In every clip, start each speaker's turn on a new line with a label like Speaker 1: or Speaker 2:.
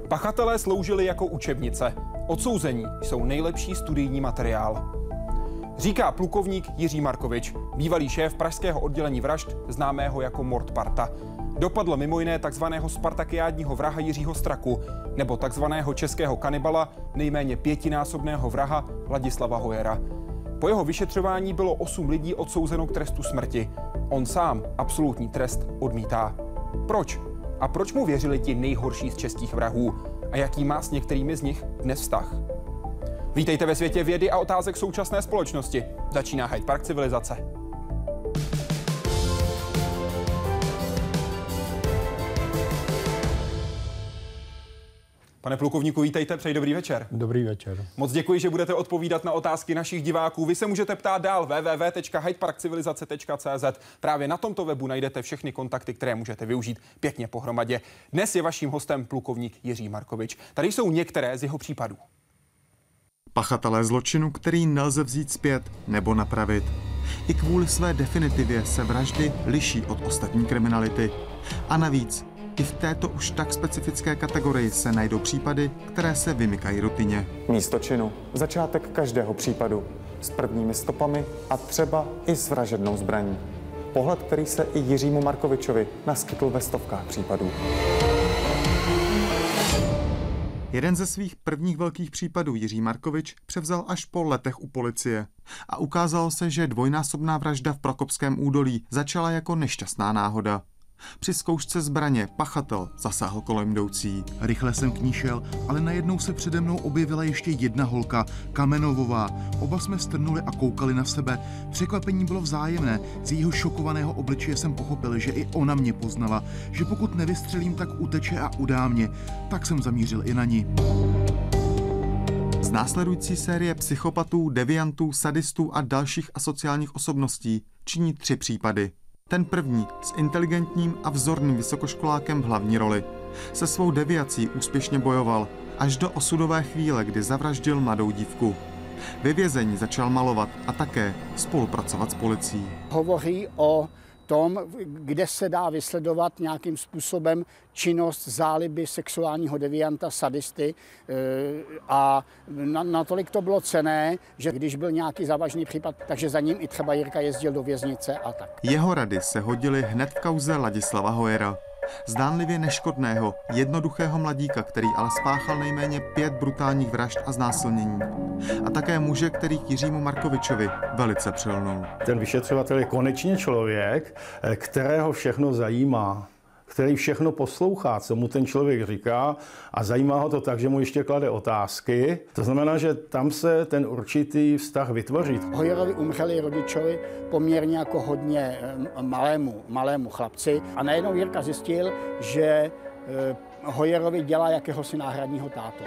Speaker 1: Pachatelé sloužili jako učebnice. Odsouzení jsou nejlepší studijní materiál. Říká plukovník Jiří Markovič, bývalý šéf pražského oddělení vražd, známého jako Mordparta. Dopadl mimo jiné takzvaného spartakiádního vraha Jiřího Straku nebo takzvaného českého kanibala, nejméně 5násobného vraha Ladislava Hojera. Po jeho vyšetřování bylo 8 lidí odsouzeno k trestu smrti. On sám absolutní trest odmítá. Proč? A proč mu věřili ti nejhorší z českých vrahů? A jaký má s některými z nich dnes vztah? Vítejte ve světě vědy a otázek současné společnosti. Začíná Hyde Park civilizace. Pane plukovníku, vítejte, přeji dobrý večer.
Speaker 2: Dobrý večer.
Speaker 1: Moc děkuji, že budete odpovídat na otázky našich diváků. Vy se můžete ptát dál www.hydeparkcivilizace.cz. Právě na tomto webu najdete všechny kontakty, které můžete využít pěkně pohromadě. Dnes je vaším hostem plukovník Jiří Markovič. Tady jsou některé z jeho případů.
Speaker 3: Pachatelé zločinu, který nelze vzít zpět nebo napravit. I kvůli své definitivě se vraždy liší od ostatní kriminality. A navíc, i v této už tak specifické kategorii se najdou případy, které se vymykají rutině.
Speaker 4: Místo činu, začátek každého případu, s prvními stopami a třeba i s vražednou zbraní. Pohled, který se i Jiřímu Markovičovi naskytl ve stovkách případů.
Speaker 3: Jeden ze svých prvních velkých případů Jiří Markovič převzal až po letech u policie. A ukázalo se, že dvojnásobná vražda v Prokopském údolí začala jako nešťastná náhoda. Při zkoušce zbraně pachatel zasáhl kolem jdoucí.
Speaker 5: Rychle jsem k ní šel, ale najednou se přede mnou objevila ještě jedna holka, Kamenovová. Oba jsme strnuli a koukali na sebe. Překvapení bylo vzájemné. Z jejího šokovaného obličeje jsem pochopil, že i ona mě poznala, že pokud nevystřelím, tak uteče a udá mě. Tak jsem zamířil i na ní.
Speaker 3: Z následující série psychopatů, deviantů, sadistů a dalších asociálních osobností činí 3 případy. Ten první s inteligentním a vzorným vysokoškolákem v hlavní roli. Se svou deviací úspěšně bojoval, až do osudové chvíle, kdy zavraždil mladou dívku. Ve vězení začal malovat a také spolupracovat s policií.
Speaker 6: Hovoří o tom, kde se dá vysledovat nějakým způsobem činnost záliby sexuálního devianta, sadisty, a natolik to bylo cenné, že když byl nějaký závažný případ, takže za ním i třeba Jirka jezdil do věznice a tak.
Speaker 3: Jeho rady se hodily hned v kauze Ladislava Hojera. Zdánlivě neškodného, jednoduchého mladíka, který ale spáchal nejméně 5 brutálních vražd a znásilnění. A také muže, který k Jiřímu Markovičovi velice přilnul.
Speaker 2: Ten vyšetřovatel je konečně člověk, kterého všechno zajímá, který všechno poslouchá, co mu ten člověk říká, a zajímá ho to tak, že mu ještě klade otázky. To znamená, že tam se ten určitý vztah vytvoří.
Speaker 6: Hojerovi umřeli rodičovi poměrně jako hodně malému chlapci a najednou Jirka zjistil, že Hojerovi dělá jakéhosi náhradního tátu.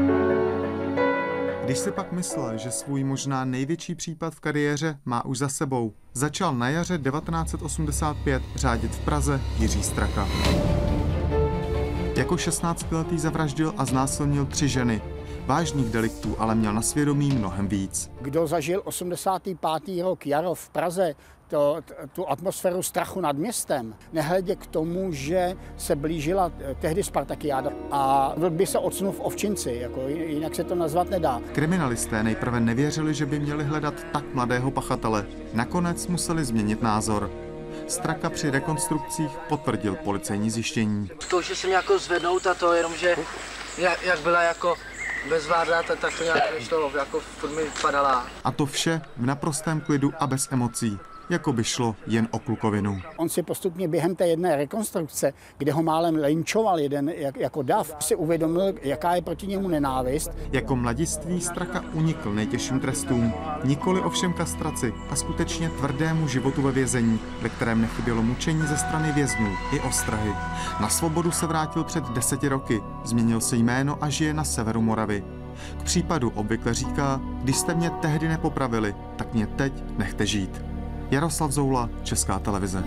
Speaker 3: Když si pak myslel, že svůj možná největší případ v kariéře má už za sebou, začal na jaře 1985 řádit v Praze Jiří Straka. Jako 16letý zavraždil a znásilnil 3 ženy. Vážných deliktů ale měl na svědomí mnohem víc.
Speaker 6: Kdo zažil 85. rok jaro v Praze, tu atmosféru strachu nad městem, nehledě k tomu, že se blížila tehdy spartakiáda a by se odsunul v Ovčinci, jinak se to nazvat nedá.
Speaker 3: Kriminalisté nejprve nevěřili, že by měli hledat tak mladého pachatele. Nakonec museli změnit názor. Straka při rekonstrukcích potvrdil policejní zjištění.
Speaker 7: Zkoušel jsem nějakou zvednout a to jenomže jak byla jako bezvládná, tak to nějak nešlo, jako furt mi padala.
Speaker 3: A to vše v naprostém klidu a bez emocí. Jako by šlo jen o klukovinu.
Speaker 6: On si postupně během té jedné rekonstrukce, kde ho málem lynčoval jeden jako dav, si uvědomil, jaká je proti němu nenávist.
Speaker 3: Jako mladiství Straka unikl nejtěžším trestům. Nikoli ovšem kastraci a skutečně tvrdému životu ve vězení, ve kterém nechybělo mučení ze strany vězňů i ostrahy. Na svobodu se vrátil před 10 roky, změnil se jméno a žije na severu Moravy. K případu obvykle říká, když jste mě tehdy nepopravili, tak mě teď nechte žít. Jaroslav Zoula, Česká televize.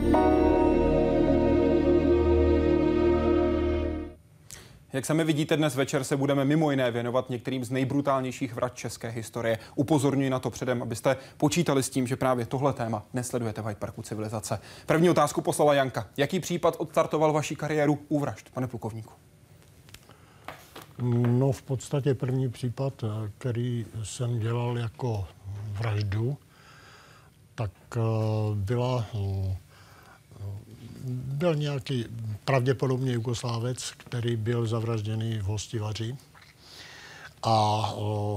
Speaker 1: Jak sami vidíte, dnes večer se budeme mimo jiné věnovat některým z nejbrutálnějších vražd české historie. Upozorňuji na to předem, abyste počítali s tím, že právě tohle téma nesledujete v Hyde Parku civilizace. První otázku poslala Janka. Jaký případ odstartoval vaši kariéru u vražd, pane plukovníku?
Speaker 8: No v podstatě první případ, který jsem dělal jako vraždu, tak byl nějaký pravděpodobně Jugoslávec, který byl zavražděný v Hostivaři a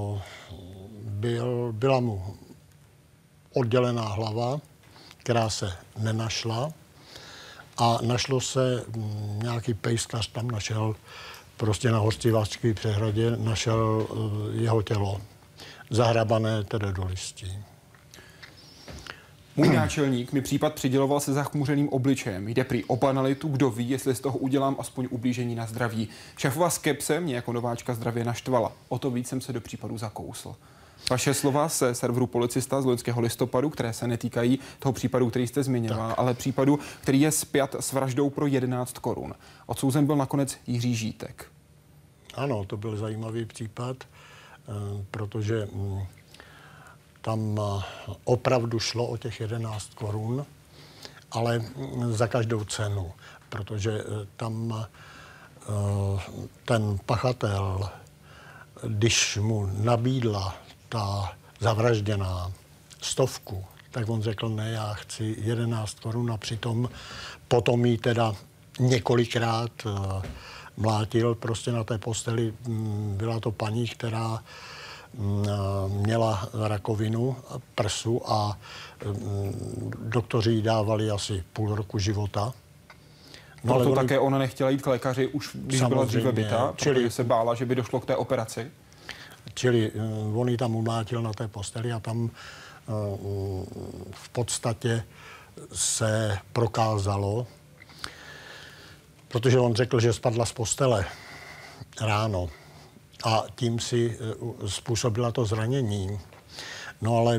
Speaker 8: byla mu oddělená hlava, která se nenašla a našlo se nějaký pejskař, tam našel prostě na Hostivařské přehradě, našel jeho tělo zahrabané tedy do listí.
Speaker 1: Můj náčelník mi případ přiděloval se zachmuřeným obličejem. Jde prý o banalitu, kdo ví, jestli z toho udělám aspoň ublížení na zdraví. Šéfova skepse mě jako nováčka zdravě naštvala. O to víc jsem se do případu zakousl. Vaše slova se serveru Policista z loňského listopadu, které se netýkají toho případu, který jste zmiňoval, ale případu, který je spjat s vraždou pro 11 korun. Odsouzen byl nakonec Jiří Žítek.
Speaker 8: Ano, to byl zajímavý případ, protože tam opravdu šlo o těch 11 korun, ale za každou cenu, protože tam ten pachatel, když mu nabídla ta zavražděná 100, tak on řekl, ne, já chci 11 korun a přitom potom jí teda několikrát mlátil prostě na té posteli. Byla to paní, která měla rakovinu prsu a doktoři jí dávali asi půl roku života.
Speaker 1: No, proto také ona nechtěla jít k lékaři, už když byla dříve byta, protože se bála, že by došlo k té operaci.
Speaker 8: Čili on ji tam umlátil na té posteli a tam v podstatě se prokázalo, protože on řekl, že spadla z postele ráno a tím si způsobila to zranění. No ale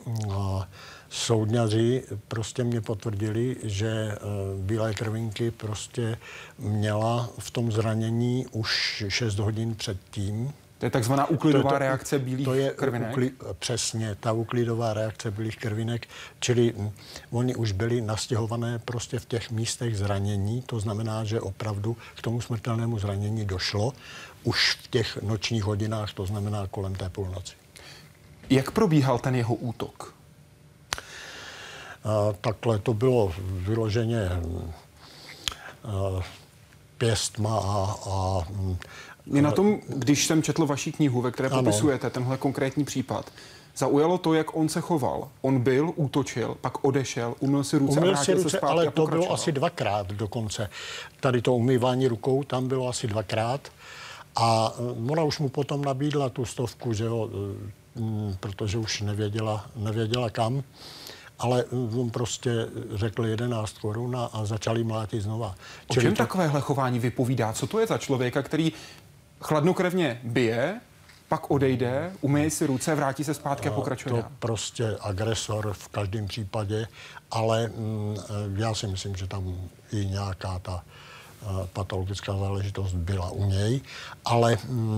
Speaker 8: soudňaři prostě mě potvrdili, že bílé krvinky prostě měla v tom zranění už 6 hodin předtím.
Speaker 1: To je takzvaná úklidová reakce bílých krvinek?
Speaker 8: Přesně, ta úklidová reakce bílých krvinek, čili oni už byli nastěhované prostě v těch místech zranění, to znamená, že opravdu k tomu smrtelnému zranění došlo už v těch nočních hodinách, to znamená kolem té půlnoci. Jak
Speaker 1: probíhal ten jeho útok?
Speaker 8: Takhle to bylo vyloženě pěstma a
Speaker 1: mě na tom, když jsem četl vaši knihu, ve které popisujete tenhle konkrétní případ, zaujalo to, jak on se choval. On byl, útočil, pak odešel, umyl si ruce a vrátil se zpátky
Speaker 8: ale
Speaker 1: a pokračoval.
Speaker 8: To bylo asi 2krát dokonce. Tady to umývání rukou, tam bylo asi 2krát. A ona už mu potom nabídla tu 100, že jo, protože už nevěděla kam. Ale on prostě řekl 11 korun a začali mlátit znova.
Speaker 1: O čem takovéhle chování vypovídá? Co to je za člověka, který chladnokrevně bije, pak odejde, umyje si ruce, vrátí se zpátky a pokračuje?
Speaker 8: To prostě agresor v každém případě, ale já si myslím, že tam i nějaká ta patologická záležitost byla u něj, ale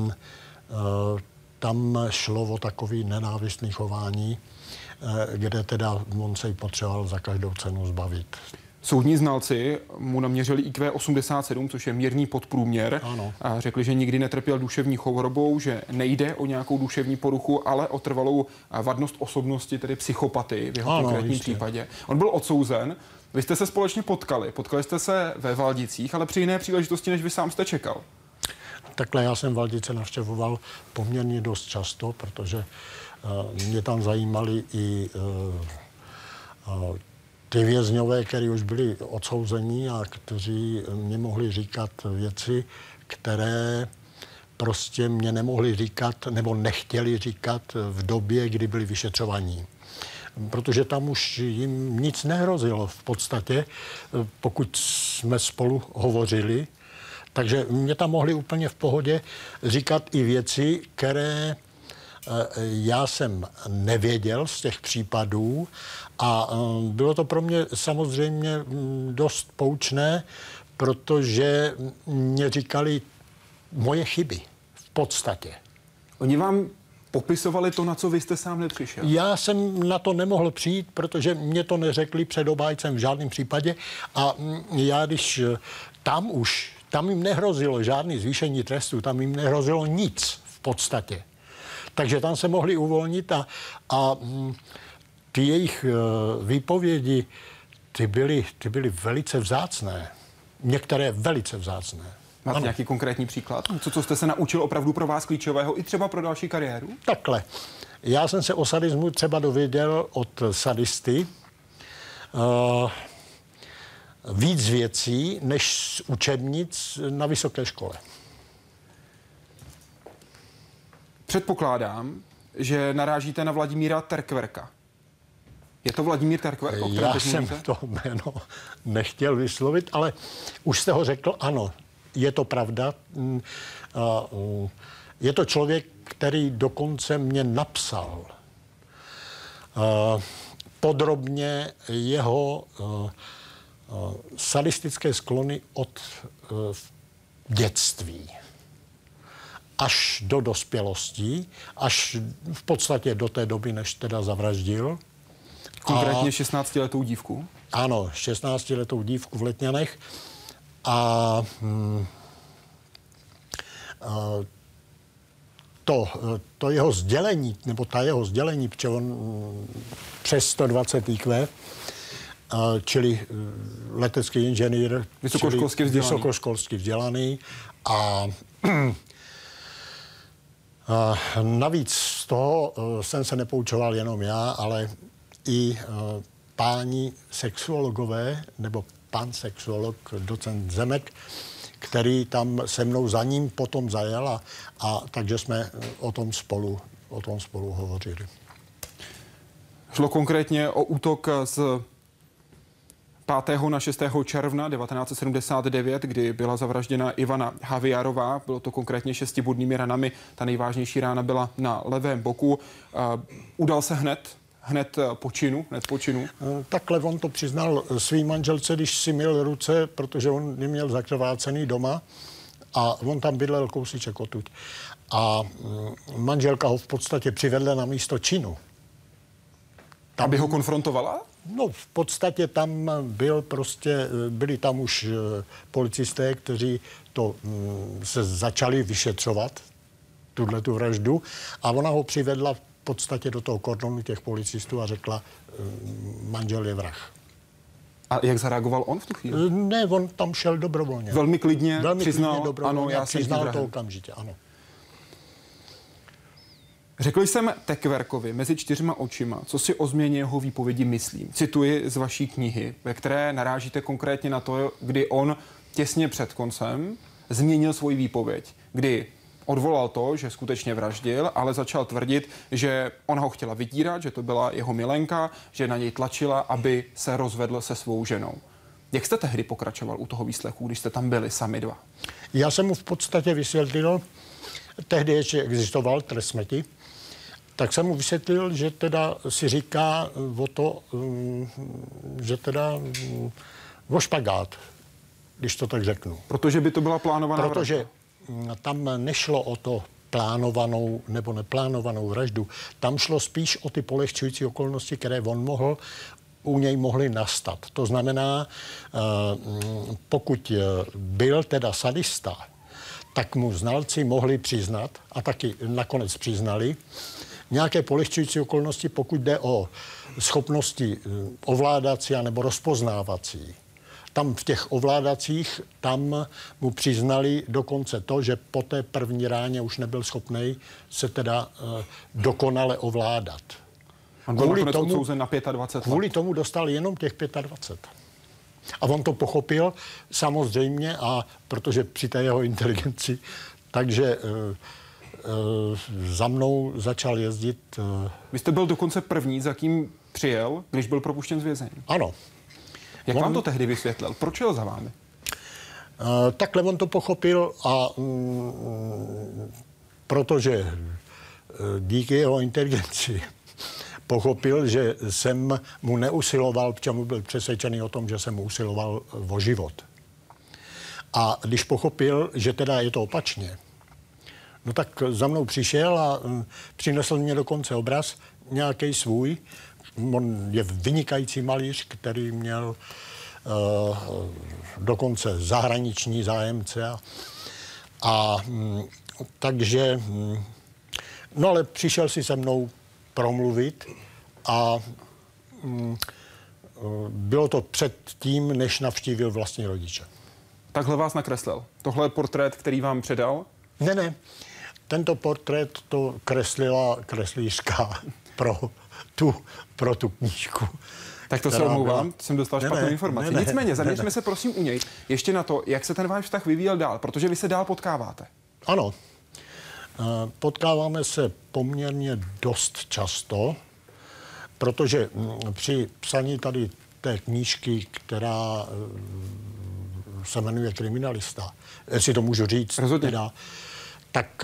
Speaker 8: tam šlo o takový nenávistný chování, kde teda on se jí potřeboval za každou cenu zbavit.
Speaker 1: Soudní znalci mu naměřili IQ 87, což je mírný podprůměr.
Speaker 8: Ano.
Speaker 1: A řekli, že nikdy netrpěl duševní chorobou, že nejde o nějakou duševní poruchu, ale o trvalou vadnost osobnosti, tedy psychopatii v jeho konkrétním případě. On byl odsouzen. Vy jste se společně potkali. Potkali jste se ve Valdicích, ale při jiné příležitosti, než vy sám jste čekal.
Speaker 8: Takhle já jsem Valdice navštěvoval poměrně dost často, protože mě tam zajímali i ty vězňové, kteří už byli odsouzení a kteří mě mohli říkat věci, které prostě mě nemohli říkat nebo nechtěli říkat v době, kdy byli vyšetřovaní. Protože tam už jim nic nehrozilo v podstatě, pokud jsme spolu hovořili. Takže mě tam mohli úplně v pohodě říkat i věci, které já jsem nevěděl z těch případů a bylo to pro mě samozřejmě dost poučné, protože mě říkali moje chyby v podstatě.
Speaker 1: Oni vám popisovali to, na co vy jste sám nepřišel?
Speaker 8: Já jsem na to nemohl přijít, protože mě to neřekli před obhájcem v žádném případě a já když tam už Tam jim nehrozilo žádný zvýšení trestu, tam jim nehrozilo nic v podstatě. Takže tam se mohli uvolnit a ty jejich výpovědi, ty byly velice vzácné. Některé velice vzácné.
Speaker 1: Máte
Speaker 8: Ano.
Speaker 1: nějaký konkrétní příklad? Co jste se naučil opravdu pro vás klíčového i třeba pro další kariéru?
Speaker 8: Takhle. Já jsem se o sadismu třeba dověděl od sadisty víc věcí, než z učebnic na vysoké škole.
Speaker 1: Předpokládám, že narážíte na Vladimíra Terkverka. Je to Vladimír Terkverk, o kterém
Speaker 8: Já
Speaker 1: teď
Speaker 8: jsem
Speaker 1: mluvíte?
Speaker 8: to jméno nechtěl vyslovit, ale už jste ho řekl, ano, je to pravda. Je to člověk, který dokonce mě napsal podrobně jeho sadistické sklony od dětství až do dospělosti, až v podstatě do té doby, než teda zavraždil.
Speaker 1: Konkrétně 16letou dívku?
Speaker 8: Ano, 16letou dívku v Letňanech. A to jeho sdělení, nebo ta jeho sdělení, protože on přes 120 IQ, čili letecký inženýr, vysokoškolsky vzdělaný a navíc z toho jsem se nepoučoval jenom já, ale i páni sexuologové, nebo pan sexuolog, docent Zemek, který tam se mnou za ním potom zajel a takže jsme o tom spolu hovořili.
Speaker 1: Šlo konkrétně o útok z 5. na 6. června 1979, kdy byla zavražděna Ivana Haviarová. Bylo to konkrétně 6 bodnými ranami. Ta nejvážnější rána byla na levém boku. Udal se hned po činu.
Speaker 8: Takhle on to přiznal svým manželce, když si myl ruce, protože on měl zakrvácený doma a on tam bydlel kousíček odtud. A manželka ho v podstatě přivedla na místo činu.
Speaker 1: Aby ho konfrontovala?
Speaker 8: No, v podstatě tam byli tam už policisté, kteří to se začali vyšetřovat, tu vraždu, a ona ho přivedla v podstatě do toho kordonu těch policistů a řekla, manžel je vrah.
Speaker 1: A jak zareagoval on v tu chvíli?
Speaker 8: Ne, on tam šel dobrovolně.
Speaker 1: Velmi klidně přiznal, ano, já jsem
Speaker 8: přiznal to okamžitě, ano.
Speaker 1: Řekl jsem Terkverkovi mezi 4 očima, co si o změně jeho výpovědi myslím. Cituji z vaší knihy, ve které narážíte konkrétně na to, kdy on těsně před koncem změnil svoji výpověď, kdy odvolal to, že skutečně vraždil, ale začal tvrdit, že ona ho chtěla vydírat, že to byla jeho milenka, že na něj tlačila, aby se rozvedl se svou ženou. Jak jste tehdy pokračoval u toho výslechu, když jste tam byli sami dva?
Speaker 8: Já jsem mu v podstatě vysvětlil, tehdy ještě existoval trest smrti, tak jsem mu vysvětlil, že teda si říká o to, že teda o špagát, když to tak řeknu.
Speaker 1: Protože by to byla plánovaná
Speaker 8: Protože
Speaker 1: vražda.
Speaker 8: Tam nešlo o to plánovanou nebo neplánovanou vraždu. Tam šlo spíš o ty polehčující okolnosti, které u něj mohly nastat. To znamená, pokud byl teda sadista, tak mu znalci mohli přiznat, a taky nakonec přiznali, nějaké polehčující okolnosti, pokud jde o schopnosti ovládací nebo rozpoznávací. Tam v těch ovládacích, tam mu přiznali dokonce to, že po té první ráně už nebyl schopný se teda dokonale ovládat.
Speaker 1: On byl nakonec odsouzen na 25 let.
Speaker 8: Kvůli tomu dostal jenom těch 25. A on to pochopil samozřejmě, a protože při té jeho inteligenci, takže za mnou začal jezdit.
Speaker 1: Vy jste byl dokonce první, za kým přijel, když byl propuštěn z vězení.
Speaker 8: Ano.
Speaker 1: Jak vám to tehdy vysvětlil? Proč jel za vámi?
Speaker 8: Takhle on to pochopil a protože díky jeho inteligenci pochopil, že jsem mu neusiloval, protože mu byl přesvědčený o tom, že jsem mu usiloval o život. A když pochopil, že teda je to opačně, no tak za mnou přišel a přinesl mě dokonce obraz, nějaký svůj. On je vynikající malíř, který měl dokonce zahraniční zájemce. Takže, no ale přišel si se mnou promluvit a bylo to před tím, než navštívil vlastní rodiče.
Speaker 1: Takhle vás nakreslil. Tohle je portrét, který vám předal?
Speaker 8: Ne. Tento portrét to kreslila kreslířka pro tu knížku.
Speaker 1: Tak to se omlouvám, jsem dostal špatnou informaci. Nicméně, zaměřme se prosím u něj ještě na to, jak se ten váš vztah vyvíjel dál, protože vy se dál potkáváte.
Speaker 8: Ano. Potkáváme se poměrně dost často, protože při psaní tady té knížky, která se jmenuje Kriminalista, jestli to můžu říct, teda, tak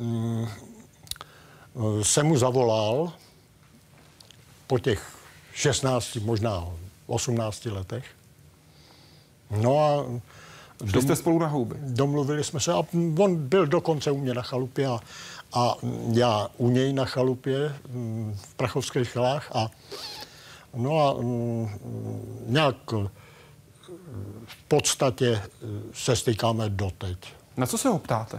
Speaker 8: jsem mu zavolal po těch 16, možná 18 letech. No a
Speaker 1: šli jste spolu na houby?
Speaker 8: Domluvili jsme se a on byl dokonce u mě na chalupě a já u něj na chalupě v Prachovských Chalách a nějak v podstatě se stýkáme doteď.
Speaker 1: Na co se ho ptáte?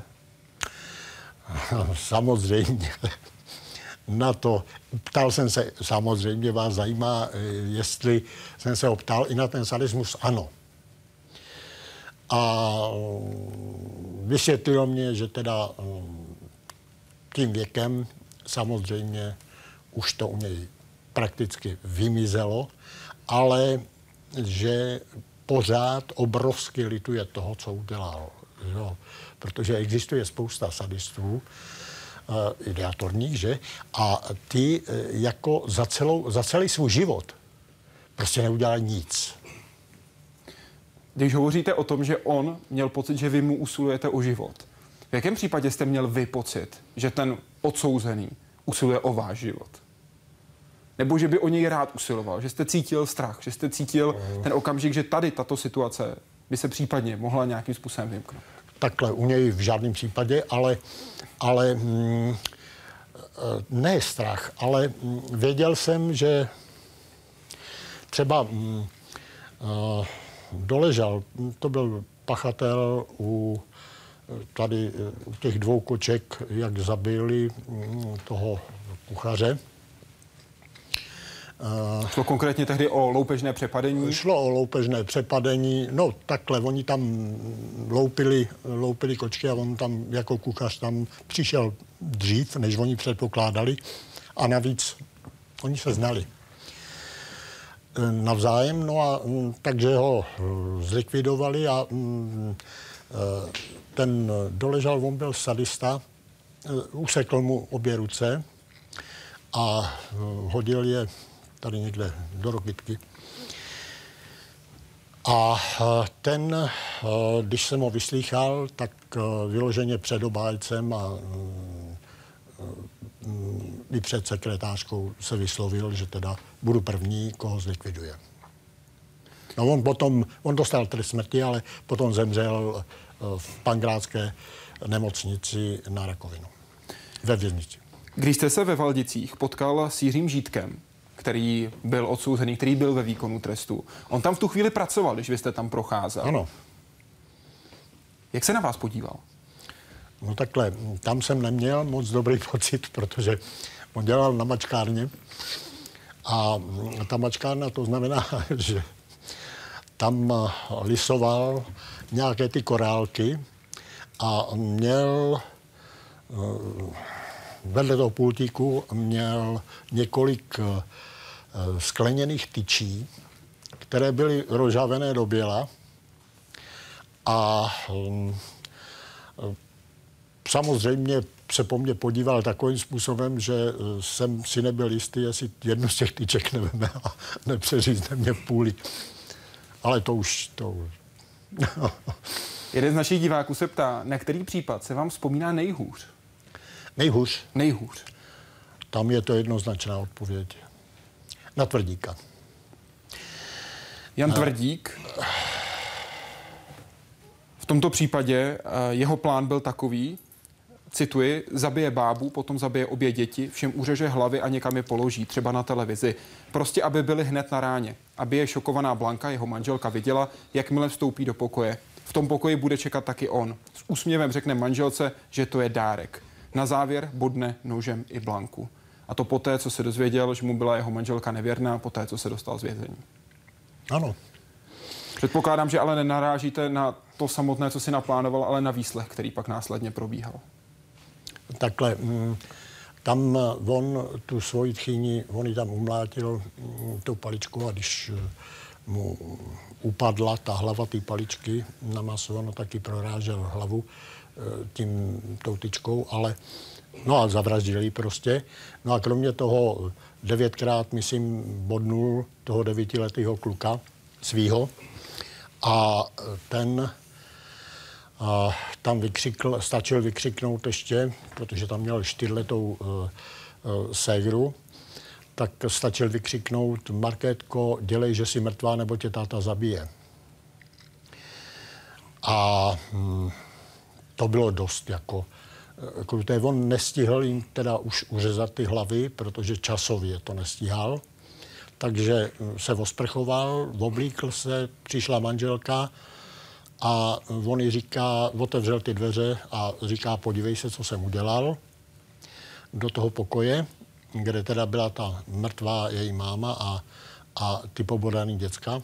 Speaker 8: Samozřejmě. Na to. Ptal jsem se, samozřejmě vás zajímá, jestli jsem se ho ptal i na ten sadismus, ano. A vysvětlilo mě, že teda tím věkem samozřejmě už to u něj prakticky vymizelo, ale že pořád obrovsky lituje toho, co udělal. Jo? Protože existuje spousta sadistů, ideatorních, že? A ty jako za celý svůj život prostě neudělali nic.
Speaker 1: Když hovoříte o tom, že on měl pocit, že vy mu usilujete o život, v jakém případě jste měl vy pocit, že ten odsouzený usiluje o váš život? Nebo že by o něj rád usiloval, že jste cítil strach, že jste cítil ten okamžik, že tady tato situace by se případně mohla nějakým způsobem vymknout?
Speaker 8: Takhle u něj v žádném případě, ale ne strach, ale věděl jsem, že třeba Doležal, to byl pachatel u těch 2 koček, jak zabili toho kuchaře.
Speaker 1: Šlo konkrétně tehdy o loupežné přepadení?
Speaker 8: Šlo o loupežné přepadení. No takhle, oni tam loupili kočky a on tam jako kuchař tam přišel dřív, než oni předpokládali. A navíc oni se znali navzájem, no a takže ho zlikvidovali a ten Doležal, on byl sadista, usekl mu obě ruce a hodil je tady někde do rokytky. A ten, když jsem ho vyslýchal, tak vyloženě před obhájcem a i před sekretářkou se vyslovil, že teda budu první, koho zlikviduje. No on dostal trest smrti, ale potom zemřel v Pankrátské nemocnici na rakovinu. Ve věznici.
Speaker 1: Když jste se ve Valdicích potkal s Jiřím Žítkem, který byl odsouzený, který byl ve výkonu trestu, on tam v tu chvíli pracoval, když vy jste tam procházel.
Speaker 8: Ano.
Speaker 1: Jak se na vás podíval?
Speaker 8: No takhle, tam jsem neměl moc dobrý pocit, protože on dělal na mačkárně a ta mačkárna to znamená, že tam lisoval nějaké ty korálky a měl vedle toho pultíku měl několik skleněných tyčí, které byly rozžavené do běla a samozřejmě se po mně podíval takovým způsobem, že jsem si nebyl jistý, jestli jednu z těch tyček neveme a nepřeřízne mě půli. Ale to už...
Speaker 1: Jeden z našich diváků se ptá, na který případ se vám vzpomíná nejhůř?
Speaker 8: Nejhůř?
Speaker 1: Nejhůř.
Speaker 8: Tam je to jednoznačná odpověď. Na Tvrdíka.
Speaker 1: Jan Tvrdík. V tomto případě jeho plán byl takový, cituji, zabije bábu, potom zabije obě děti, všem uřeže hlavy a někam je položí, třeba na televizi. Prostě, aby byli hned na ráně. Aby je šokovaná Blanka, jeho manželka, viděla, jakmile vstoupí do pokoje. V tom pokoji bude čekat taky on. S úsměvem řekne manželce, že to je dárek. Na závěr bodne nožem i Blanku. A to poté, co se dozvěděl, že mu byla jeho manželka nevěrná, poté, co se dostal z vězení.
Speaker 8: Ano.
Speaker 1: Předpokládám, že ale nenarážíte na to samotné, co si naplánoval, ale na výslech, který pak následně probíhal.
Speaker 8: Takhle, tam on tu svoji tchýni, on ji tam umlátil tou paličkou a když mu upadla ta hlava té paličky na maso, no taky prorážel hlavu tou tyčkou, ale no a zavraždil ji prostě. No a kromě toho 9krát, myslím, bodnul toho 9letého kluka svýho a ten tam stačil vykřiknout ještě, protože tam měl 4letou ségru, tak stačil vykřiknout: Markétko, dělej, že jsi mrtvá, nebo tě táta zabije. A to bylo dost, jako on nestihl jim teda už uřezat ty hlavy, protože časově to nestíhal. Takže se osprchoval, oblíkl se, přišla manželka a on jí říká, otevřel ty dveře a říká: podívej se, co jsem udělal, do toho pokoje, kde teda byla ta mrtvá její máma a ty pobodaný děcka.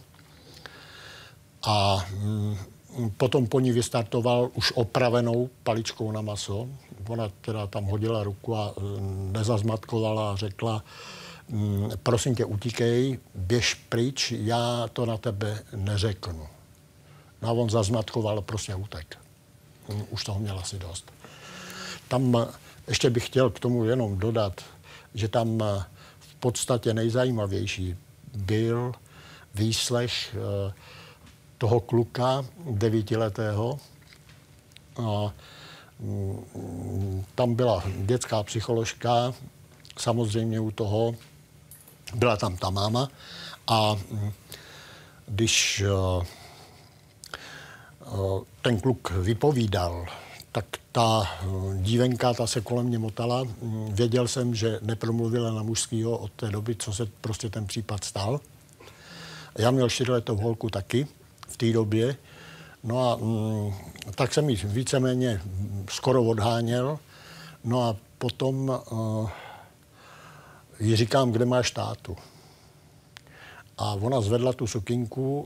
Speaker 8: A potom po ní vystartoval už opravenou paličkou na maso. Ona teda tam hodila ruku a nezazmatkovala a řekla: prosím tě, utíkej, běž pryč, já to na tebe neřeknu. No a on zazmatkoval, prostě utek. Už toho měl asi dost. Tam ještě bych chtěl k tomu jenom dodat, že tam v podstatě nejzajímavější byl výslech toho kluka 9letého. Tam byla dětská psycholožka, samozřejmě u toho byla tam ta máma a když ten kluk vypovídal, tak ta dívenka, ta se kolem mě motala. Věděl jsem, že nepromluvila na mužskýho od té doby, co se prostě ten případ stal. Já měl 4letou holku taky v té době. No a tak jsem ji víceméně skoro odháněl. No a potom jí říkám, kde máš tátu. A ona zvedla tu sukinku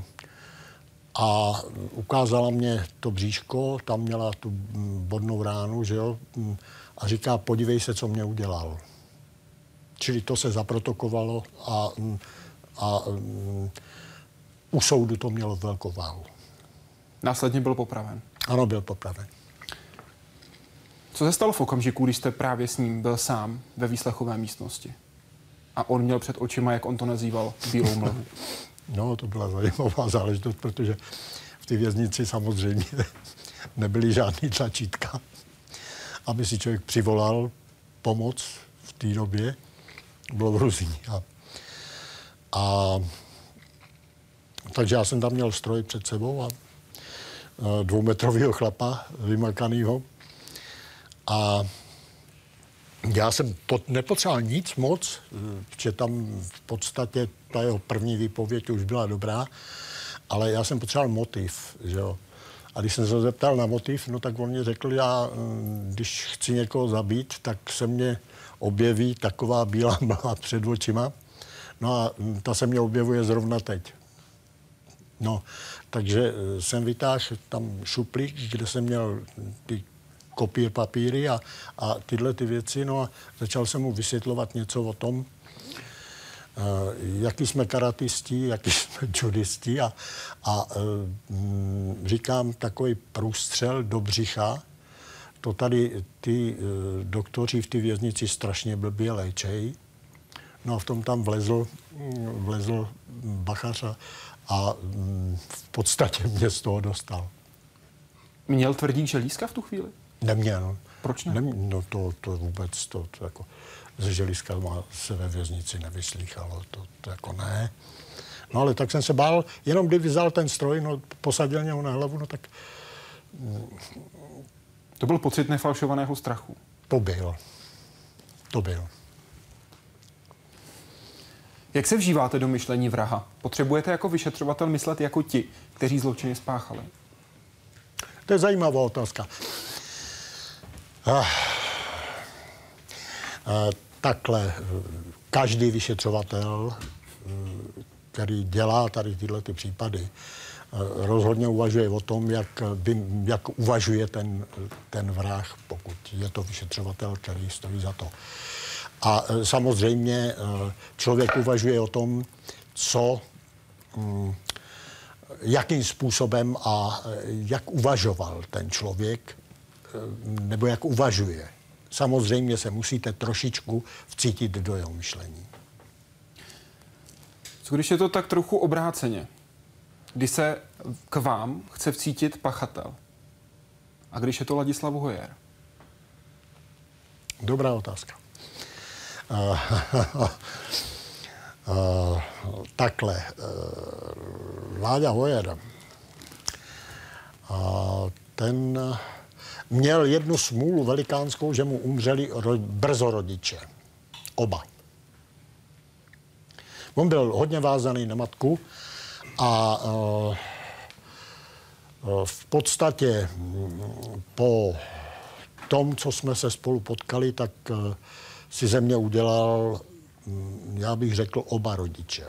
Speaker 8: a ukázala mě to bříško, tam měla tu bodnou ránu, že jo, a říká: podívej se, co mě udělal. Čili to se zaprotokovalo a u soudu to mělo velkou váhu.
Speaker 1: Následně byl popraven.
Speaker 8: Ano, byl popraven.
Speaker 1: Co se stalo v okamžiku, když jste právě s ním byl sám ve výslechové místnosti? A on měl před očima, jak on to nazýval, bílou mlhu.
Speaker 8: No, to byla zajímavá záležitost, protože v té věznici samozřejmě nebyly žádný tlačítka, aby si člověk přivolal pomoc v té době. Bylo hrozný. Takže já jsem tam měl stroj před sebou a 2metrového chlapa vymakanýho. A já jsem nepotřeboval nic moc, protože tam v podstatě ta jeho první výpověď už byla dobrá, ale já jsem potřeboval motiv, že jo. A když jsem se zeptal na motiv, no tak on mě řekl: já, když chci někoho zabít, tak se mně objeví taková bílá mlha před očima. No a ta se mně objevuje zrovna teď. No, takže jsem vytáhl tam šuplík, kde jsem měl ty kopír papíry a tyhle ty věci, no a začal jsem mu vysvětlovat něco o tom, jaký jsme karatisti, jaký jsme judisti a říkám, takový průstřel do břicha, to tady ty doktoři v té věznici strašně blbě léčej. No a v tom tam vlezl bachař a v podstatě mě z toho dostal.
Speaker 1: Měl tvrdík želízka v tu chvíli?
Speaker 8: Neměl.
Speaker 1: Proč ne?
Speaker 8: No to vůbec, to jako ze želízka se ve věznici nevyslýchalo, to jako ne. No ale tak jsem se bál, jenom kdyby vzal ten stroj, no posadil něho na hlavu, no tak...
Speaker 1: To byl pocit nefalšovaného strachu.
Speaker 8: To byl.
Speaker 1: Jak se vžíváte do myšlení vraha? Potřebujete jako vyšetřovatel myslet jako ti, kteří zločiny spáchali?
Speaker 8: To je zajímavá otázka. Takhle, každý vyšetřovatel, který dělá tady tyhle ty případy, rozhodně uvažuje o tom, jak uvažuje ten vrah, pokud je to vyšetřovatel, který stojí za to. A samozřejmě člověk uvažuje o tom, jakým způsobem a jak uvažoval ten člověk, nebo jak uvažuje. Samozřejmě se musíte trošičku vcítit do jeho myšlení.
Speaker 1: Co když je to tak trochu obráceně? Když se k vám chce vcítit pachatel? A když je to Ladislav Hojer?
Speaker 8: Dobrá otázka. Takhle. Láďa Hojer, ten měl jednu smůlu velikánskou, že mu umřeli brzo rodiče. Oba. On byl hodně vázaný na matku a v podstatě po tom, co jsme se spolu potkali, tak si ze mě udělal, já bych řekl, oba rodiče.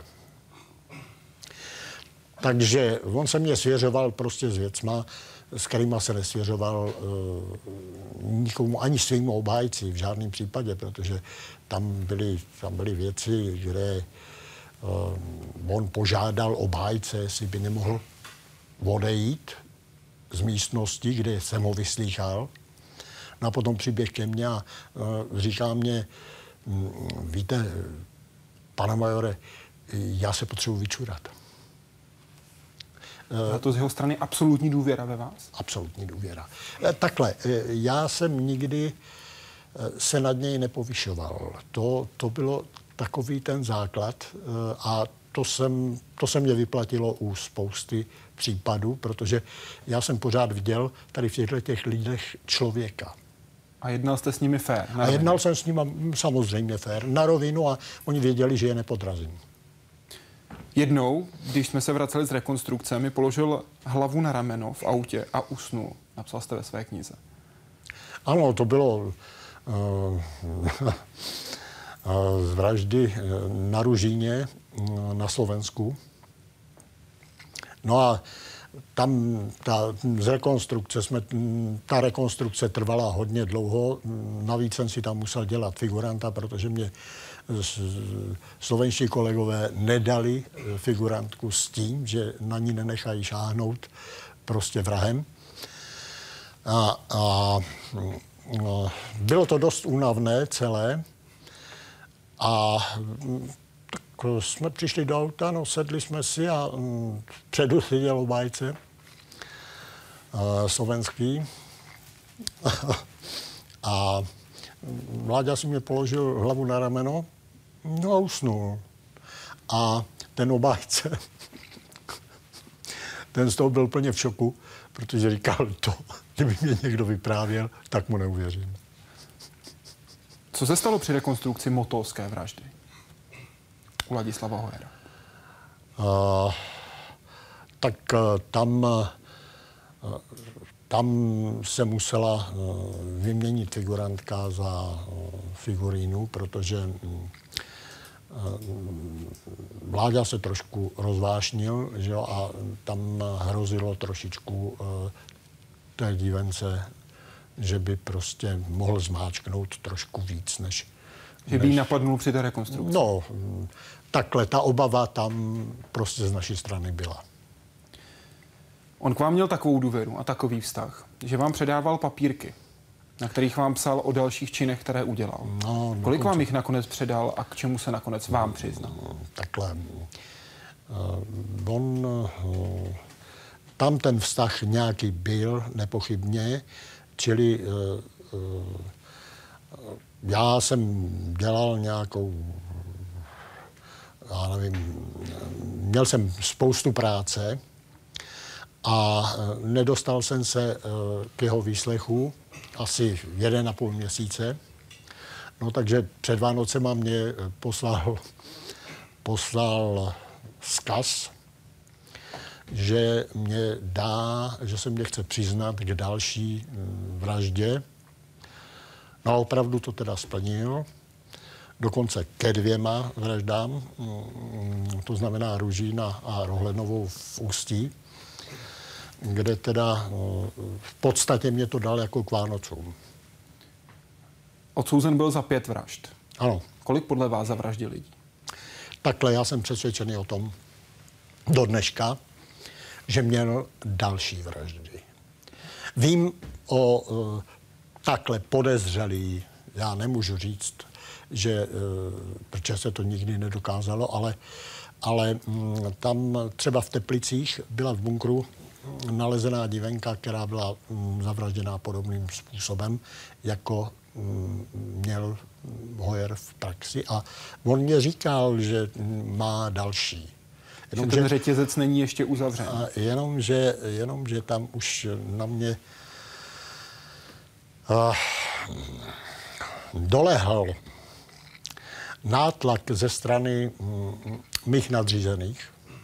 Speaker 8: Takže on se mě svěřoval prostě s věcma, s kterýma se nesvěřoval nikomu, ani svým obhájci v žádném případě, protože tam byly věci, kde on požádal obhájce, jestli by nemohl odejít z místnosti, kde jsem ho vyslýchal. No a potom přiběh ke mně a říká mě, víte, pane majore, já se potřebuji vyčurat.
Speaker 1: A to z jeho strany absolutní důvěra ve vás?
Speaker 8: Absolutní důvěra. Takhle, já jsem nikdy se nad něj nepovyšoval. To bylo takový ten základ a to se mě vyplatilo u spousty případů, protože já jsem pořád viděl tady v těch lidech člověka.
Speaker 1: A jednal jste s nimi fér?
Speaker 8: A jednal jsem s nimi samozřejmě fér, na rovinu a oni věděli, že je nepodrazím.
Speaker 1: Jednou, když jsme se vraceli z rekonstrukce, mi položil hlavu na rameno v autě a usnul. Napsal jste ve své knize.
Speaker 8: Ano, to bylo z vraždy na Ružíně na Slovensku. No a tam ta rekonstrukce trvala hodně dlouho. Navíc jsem si tam musel dělat figuranta, protože mě slovenští kolegové nedali figurantku s tím, že na ní nenechají šáhnout prostě vrahem. A bylo to dost únavné celé. A tak jsme přišli do auta, no, sedli jsme si a předu seděl obhájce slovenský. A Láďa si mě položil hlavu na rameno, no a usnul. A ten obhájce, ten z toho byl úplně v šoku, protože říkal to, kdyby mě někdo vyprávěl, tak mu neuvěřím.
Speaker 1: Co se stalo při rekonstrukci motolské vraždy u Ladislava Hojera?
Speaker 8: Tak tam se musela vyměnit figurantka za figurínu, protože Láďa se trošku rozvášnil, že jo, a tam hrozilo trošičku té dívence, že by prostě mohl zmáčknout trošku víc, než...
Speaker 1: Že by jí napadnul při té rekonstrukci?
Speaker 8: No, takhle, ta obava tam prostě z naší strany byla.
Speaker 1: On k vám měl takovou důvěru a takový vztah, že vám předával papírky, na kterých vám psal o dalších činech, které udělal. No, kolik vám jich nakonec předal a k čemu se nakonec vám přiznal?
Speaker 8: Takhle. Tam ten vztah nějaký byl, nepochybně, čili já jsem dělal nějakou, já nevím, měl jsem spoustu práce A nedostal jsem se k jeho výslechu asi 1,5 měsíce. No takže před Vánocema mě poslal vzkaz, že se mě chce přiznat k další vraždě. No a opravdu to teda splnil. Dokonce ke 2 vraždám, to znamená Ružín a Rohlednovou v Ústí, kde teda v podstatě mě to dal jako k Vánocům.
Speaker 1: Odsouzen byl za 5 vražd.
Speaker 8: Ano.
Speaker 1: Kolik podle vás zavraždil lidí?
Speaker 8: Takhle já jsem přesvědčený o tom do dneška, že měl další vraždy. Vím o takhle podezřelý, já nemůžu říct, že, protože se to nikdy nedokázalo, ale tam třeba v Teplicích byla v bunkru nalezená divenka, která byla zavražděná podobným způsobem, jako měl Hoyer v praxi. A on mě říkal, že má další.
Speaker 1: Že ten řetězec není ještě uzavřen.
Speaker 8: Jenomže tam už na mě dolehl nátlak ze strany mých nadřízených,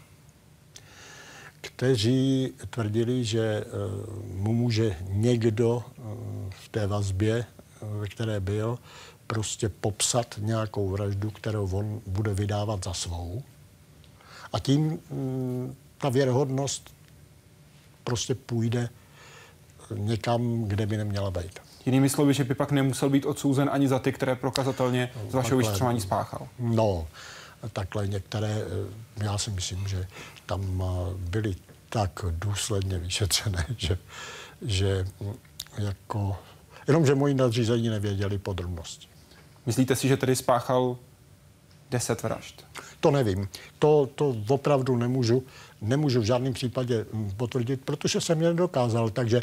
Speaker 8: kteří tvrdili, že mu může někdo v té vazbě, ve které byl, prostě popsat nějakou vraždu, kterou on bude vydávat za svou. A tím ta věrohodnost prostě půjde někam, kde by neměla být.
Speaker 1: Jinými slovy, že by pak nemusel být odsouzen ani za ty, které prokazatelně z vašeho vyšetřování spáchal.
Speaker 8: No, takhle některé, já si myslím, že tam byly tak důsledně vyšetřené, že jako... Jenomže moji nadřízení nevěděli podrobnosti.
Speaker 1: Myslíte si, že tedy spáchal 10 vražd?
Speaker 8: To nevím. To opravdu nemůžu v žádném případě potvrdit, protože jsem je nedokázal. Takže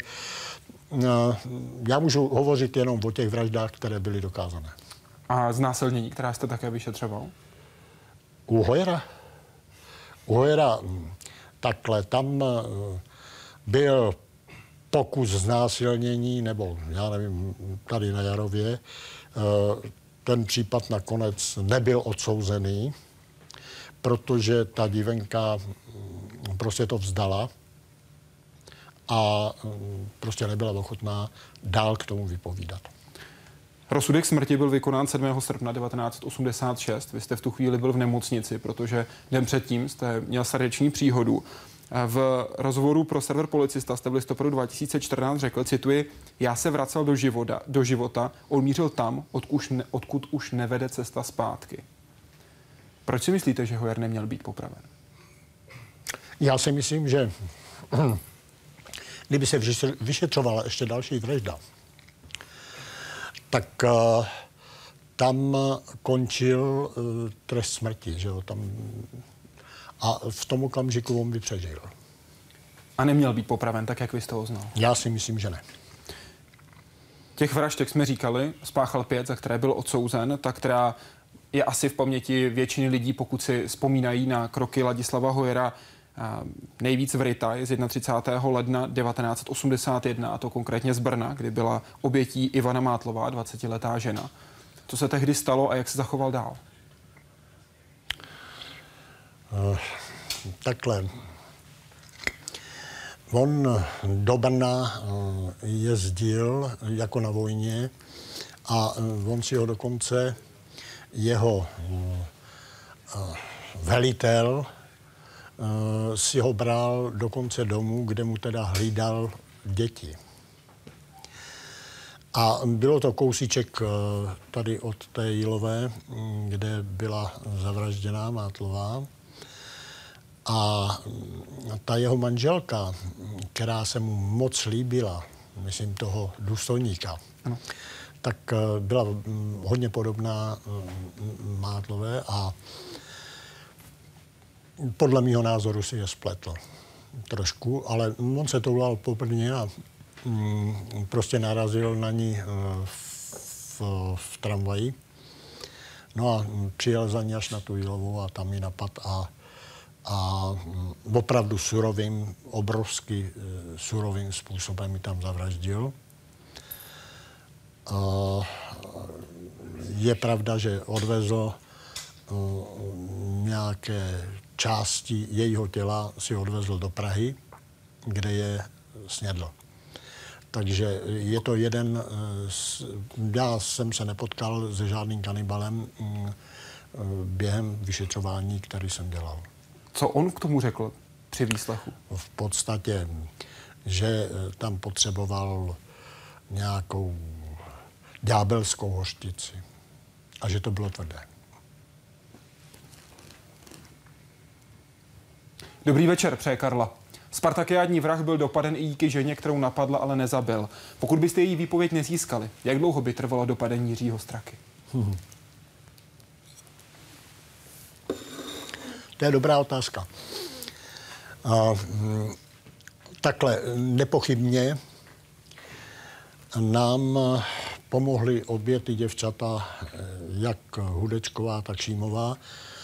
Speaker 8: já můžu hovořit jenom o těch vraždách, které byly dokázané.
Speaker 1: A znásilnění, která jste také vyšetřoval?
Speaker 8: U Hoyera takhle, tam byl pokus znásilnění, nebo já nevím, tady na Jarově. Ten případ nakonec nebyl odsouzený, protože ta divenka prostě to vzdala a prostě nebyla ochotná dál k tomu vypovídat.
Speaker 1: Rozsudek smrti byl vykonán 7. srpna 1986. Vy jste v tu chvíli byl v nemocnici, protože den předtím jste měl srdeční příhodu. V rozhovoru pro server Policista jste v listopadu 2014 řekl, cituji, já se vracel do života, on mířil tam, odkud už nevede cesta zpátky. Proč si myslíte, že Hoyer neměl být popraven?
Speaker 8: Já si myslím, že kdyby se vyšetřovala ještě další vražda, tak tam končil trest smrti, že jo, tam... A v tom okamžiku on by přežil.
Speaker 1: A neměl být popraven, tak jak vy jste ho znal?
Speaker 8: Já si myslím, že ne.
Speaker 1: Těch vražd, jak jsme říkali, spáchal 5, za které byl odsouzen, ta, která je asi v paměti většiny lidí, pokud si vzpomínají na kroky Ladislava Hoyera, nejvíc vryta je z 31. ledna 1981, a to konkrétně z Brna, kdy byla obětí Ivana Mátlová, 20letá žena. Co se tehdy stalo a jak se zachoval dál?
Speaker 8: Takhle. On do Brna jezdil jako na vojně a on si ho dokonce, jeho velitel si ho bral dokonce domů, kde mu teda hlídal děti. A bylo to kousíček tady od té Jilové, kde byla zavražděná Mátlová. A ta jeho manželka, která se mu moc líbila, myslím toho důstojníka, tak byla hodně podobná Mátlové a podle mýho názoru si je spletl trošku, ale on se toulal po Brně a prostě narazil na ní v tramvaji. No a přijel za ní až na tu Jilovou a tam ji napad a a opravdu surovým, obrovsky surovým způsobem mi tam zavraždil. Je pravda, že odvezl nějaké části jejího těla, si odvezl do Prahy, kde je snědl. Takže je to jeden já jsem se nepotkal se žádným kanibalem během vyšetřování, který jsem dělal.
Speaker 1: Co on k tomu řekl při výslechu?
Speaker 8: V podstatě, že tam potřeboval nějakou ďábelskou hořtici a že to bylo tvrdé.
Speaker 1: Dobrý večer, přeje Karla. Spartakiádní vrah byl dopaden i díky ženě, kterou napadl, ale nezabil. Pokud byste její výpověď nezískali, jak dlouho by trvalo dopadení Jiřího Straky?
Speaker 8: To je dobrá otázka. Takhle, nepochybně nám pomohly obě ty děvčata, jak Hudečková, tak Šímová,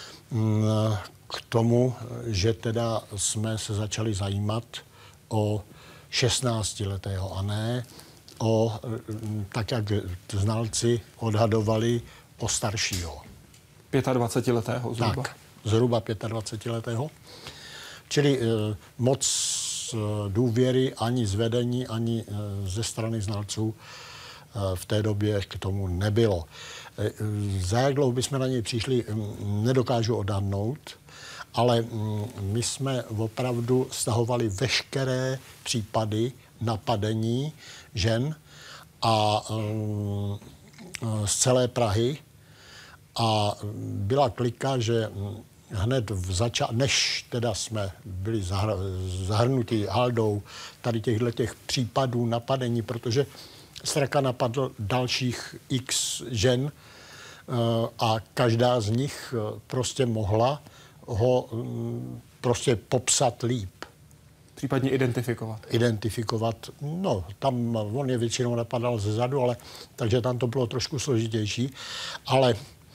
Speaker 8: k tomu, že teda jsme se začali zajímat o 16letého a ne o, tak jak znalci odhadovali, o staršího.
Speaker 1: 25letého zhruba.
Speaker 8: Tak, zhruba 25letého. Čili moc důvěry ani z vedení, ani ze strany znalců v té době k tomu nebylo. Za jak dlouho bychom na něj přišli, nedokážu odhadnout, ale my jsme opravdu stahovali veškeré případy napadení žen a z celé Prahy a byla klika, že hned než teda jsme byli zahrnuti haldou tady těch případů napadení, protože Straka napadl dalších x žen a každá z nich prostě mohla ho prostě popsat líp.
Speaker 1: Případně identifikovat.
Speaker 8: Identifikovat, no, tam on je většinou napadal ze zadu, ale takže tam to bylo trošku složitější, ale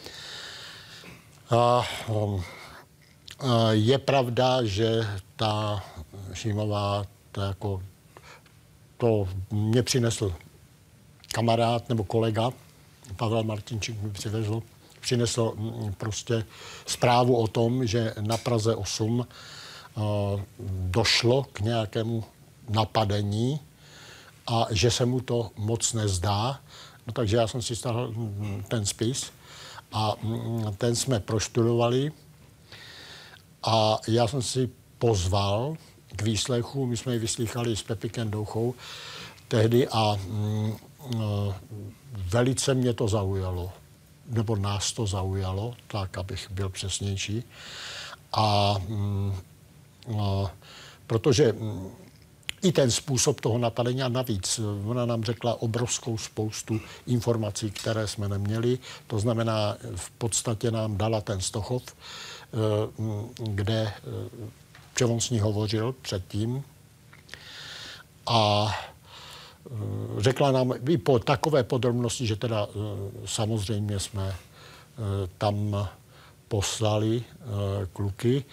Speaker 8: je pravda, že ta Šímová, to mě přinesl kamarád nebo kolega, Pavel Martinčík mi přinesl prostě zprávu o tom, že na Praze 8 došlo k nějakému napadení a že se mu to moc nezdá. No, takže já jsem si stáhl ten spis a ten jsme prostudovali a já jsem si pozval k výslechu, my jsme ji vyslýchali s Pepikem Douchou tehdy a velice mě to zaujalo, nebo nás to zaujalo, tak, abych byl přesnější. A protože i ten způsob toho napadení a navíc, ona nám řekla obrovskou spoustu informací, které jsme neměli, to znamená, v podstatě nám dala ten Stochov, kde on s ní hovořil předtím a řekla nám i po takové podrobnosti, že teda samozřejmě jsme tam poslali kluky.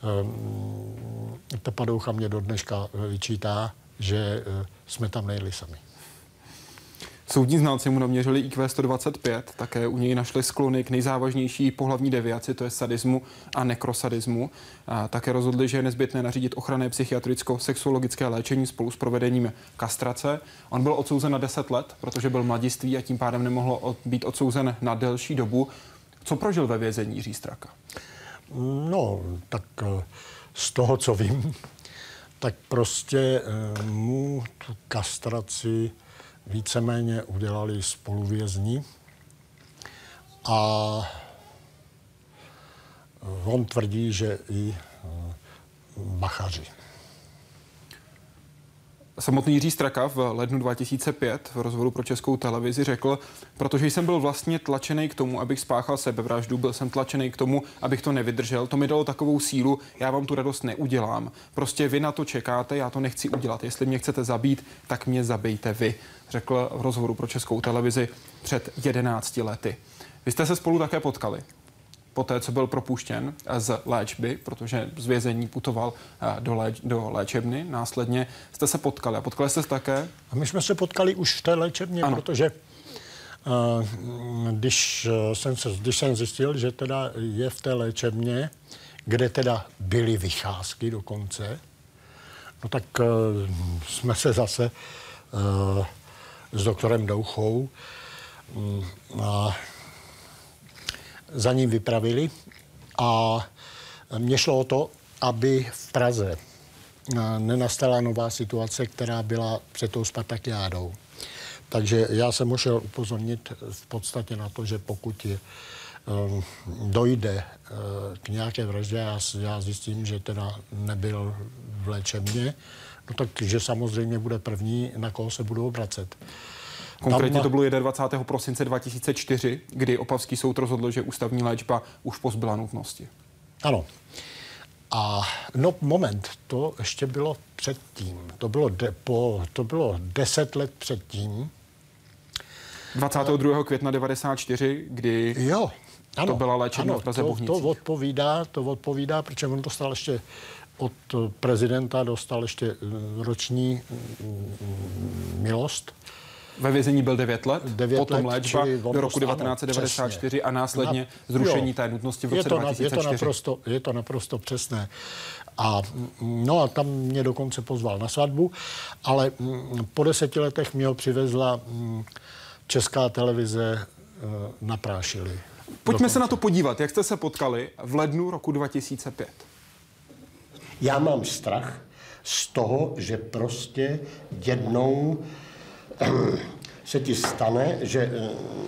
Speaker 8: Pepa Doucha mě do dneška vyčítá, že jsme tam nejeli sami.
Speaker 1: Soudní znalci mu naměřili IQ 125, také u něj našli sklony k nejzávažnější pohlavní deviaci, to je sadismu a nekrosadismu. A také rozhodli, že je nezbytné nařídit ochranné psychiatricko-sexuologické léčení spolu s provedením kastrace. On byl odsouzen na 10 let, protože byl mladiství a tím pádem nemohl být odsouzen na delší dobu. Co prožil ve vězení Jiří Straka?
Speaker 8: No, tak z toho, co vím, tak prostě mu tu kastraci víceméně udělali spoluvězni a on tvrdí, že i bachaři.
Speaker 1: Samotný Jiří Straka v lednu 2005 v rozhovoru pro Českou televizi řekl, protože jsem byl vlastně tlačený k tomu, abych spáchal sebevraždu, byl jsem tlačený k tomu, abych to nevydržel, to mi dalo takovou sílu, já vám tu radost neudělám. Prostě vy na to čekáte, já to nechci udělat. Jestli mě chcete zabít, tak mě zabijte vy, řekl v rozhovoru pro Českou televizi před 11 lety. Vy jste se spolu také potkali. poté, co byl propuštěn z léčby, protože z vězení putoval do léčebny. Následně jste se potkali. A potkali jste se také?
Speaker 8: A my jsme se potkali už v té léčebně, ano. Protože když jsem zjistil, že teda je v té léčebně, kde teda byly vycházky dokonce, no tak jsme se zase s doktorem Douchou za ním vypravili a mně šlo o to, aby v Praze nenastala nová situace, která byla před tou Spartakiádou. Takže já jsem ho šel upozornit v podstatě na to, že pokud dojde k nějaké vraždě, já zjistím, že teda nebyl v léčebně, no takže samozřejmě bude první, na koho se budou obracet.
Speaker 1: Konkrétně to bylo 21. prosince 2004, kdy opavský soud rozhodl, že ústavní léčba už pozbyla nutnosti.
Speaker 8: Ano. A no moment, to ještě bylo předtím. To bylo 10 let předtím.
Speaker 1: 22. května 94, kdy
Speaker 8: jo, ano,
Speaker 1: to byla léčebna v Praze Bohnicích.
Speaker 8: To odpovídá, protože on dostal ještě od prezidenta ještě roční milost.
Speaker 1: Ve vězení byl 9 let, potom léčba do roku 1994 a následně zrušení té nutnosti v roce 2004.
Speaker 8: Je to naprosto přesné. A tam mě dokonce pozval na svatbu, ale po 10 letech mě ho přivezla Česká televize na Prášili.
Speaker 1: Pojďme se na to podívat, jak jste se potkali v lednu roku 2005.
Speaker 9: Já mám strach z toho, že prostě jednou se ti stane, že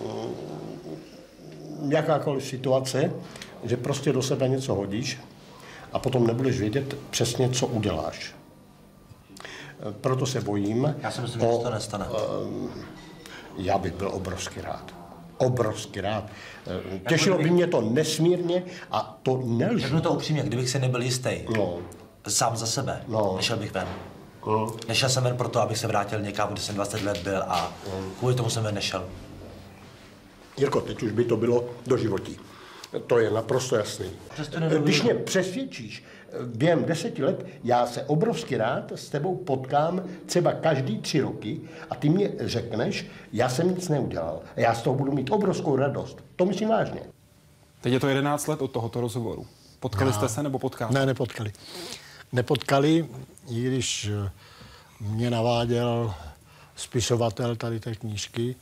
Speaker 9: jakákoliv situace, že prostě do sebe něco hodíš a potom nebudeš vědět přesně, co uděláš. Proto se bojím.
Speaker 10: Já si myslím, že se to nestane.
Speaker 9: Já bych byl obrovsky rád. Obrovsky rád. Těšilo by mě to nesmírně a to nelžu.
Speaker 10: Řeknu to upřímně, kdybych si nebyl jistý, sám za sebe, nešel bych ven. Nešel jsem ven proto, abych se vrátil někam, kde jsem 20 let byl a kvůli tomu jsem ven nešel.
Speaker 9: Jirko, teď už by to bylo do životí. To je naprosto jasný. Když mě přesvědčíš, během 10 let já se obrovsky rád s tebou potkám třeba každý 3 roky a ty mě řekneš, já jsem nic neudělal a já z toho budu mít obrovskou radost. To myslím vážně.
Speaker 1: Teď je to 11 let od tohoto rozhovoru. Potkali jste se nebo potkáte?
Speaker 8: Ne, nepotkali, i když mě naváděl spisovatel tady té knížky,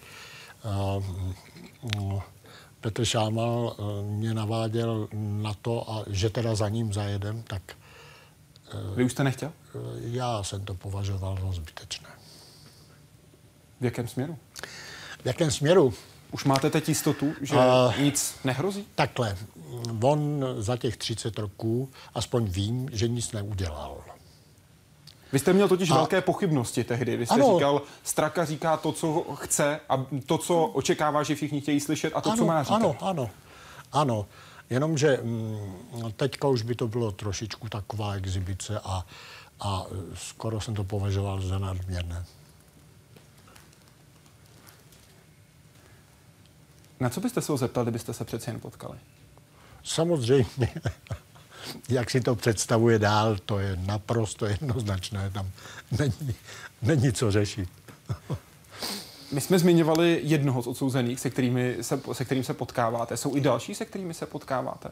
Speaker 8: Petr Šámal mě naváděl na to, že teda za ním zajedem, tak...
Speaker 1: Vy už jste nechtěl?
Speaker 8: Já jsem to považoval za zbytečné.
Speaker 1: V jakém směru?
Speaker 8: V jakém směru?
Speaker 1: Už máte teď jistotu, že nic nehrozí?
Speaker 8: Takhle. On za těch 30 roků, aspoň vím, že nic neudělal.
Speaker 1: Vy jste měl totiž velké pochybnosti tehdy. Vy jste říkal, Straka říká to, co chce a to, co očekává, že všichni chtějí slyšet a to, co má říkat.
Speaker 8: Ano. Jenomže teďka už by to bylo trošičku taková exibice a skoro jsem to považoval za nadměrné.
Speaker 1: Na co byste se ho zeptal, kdybyste se přeci jen potkali?
Speaker 8: Samozřejmě. Jak si to představuje dál, to je naprosto jednoznačné. Tam není co řešit.
Speaker 1: My jsme zmiňovali jednoho z odsouzených, se kterým se potkáváte. Jsou i další, se kterými se potkáváte?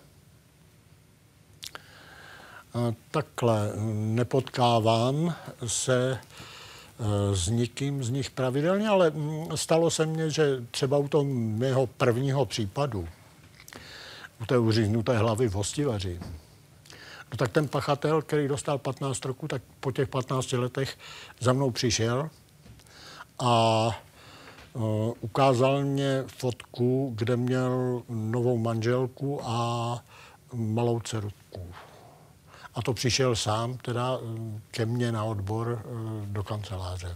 Speaker 8: Takhle, nepotkávám se s nikým z nich pravidelně, ale stalo se mně, že třeba u toho mého prvního případu, u té uříznuté hlavy v Hostivaři, no tak ten pachatel, který dostal 15 roků, tak po těch 15 letech za mnou přišel a ukázal mě fotku, kde měl novou manželku a malou dcerku. A to přišel sám teda ke mně na odbor do kanceláře.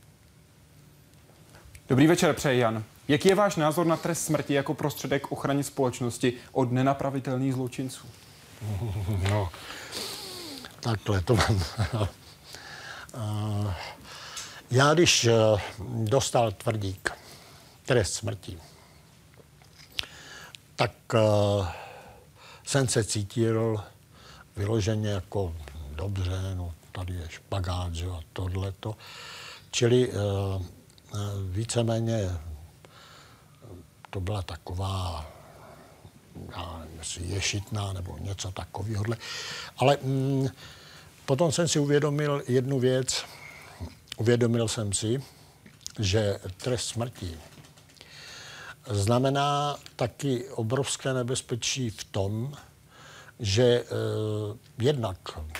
Speaker 1: Dobrý večer, přeji Jan. Jaký je váš názor na trest smrti jako prostředek k ochraně společnosti od nenapravitelných zločinců?
Speaker 8: No, takhle to mám. Já, když dostal Tvrdík trest smrti, tak jsem se cítil vyloženě jako dobře, no tady je špagát, že a tohleto. Čili víceméně to byla taková, já nevím, jestli ješitná nebo něco takového. Ale potom jsem si uvědomil jednu věc. Uvědomil jsem si, že trest smrti znamená taky obrovské nebezpečí v tom, že jednak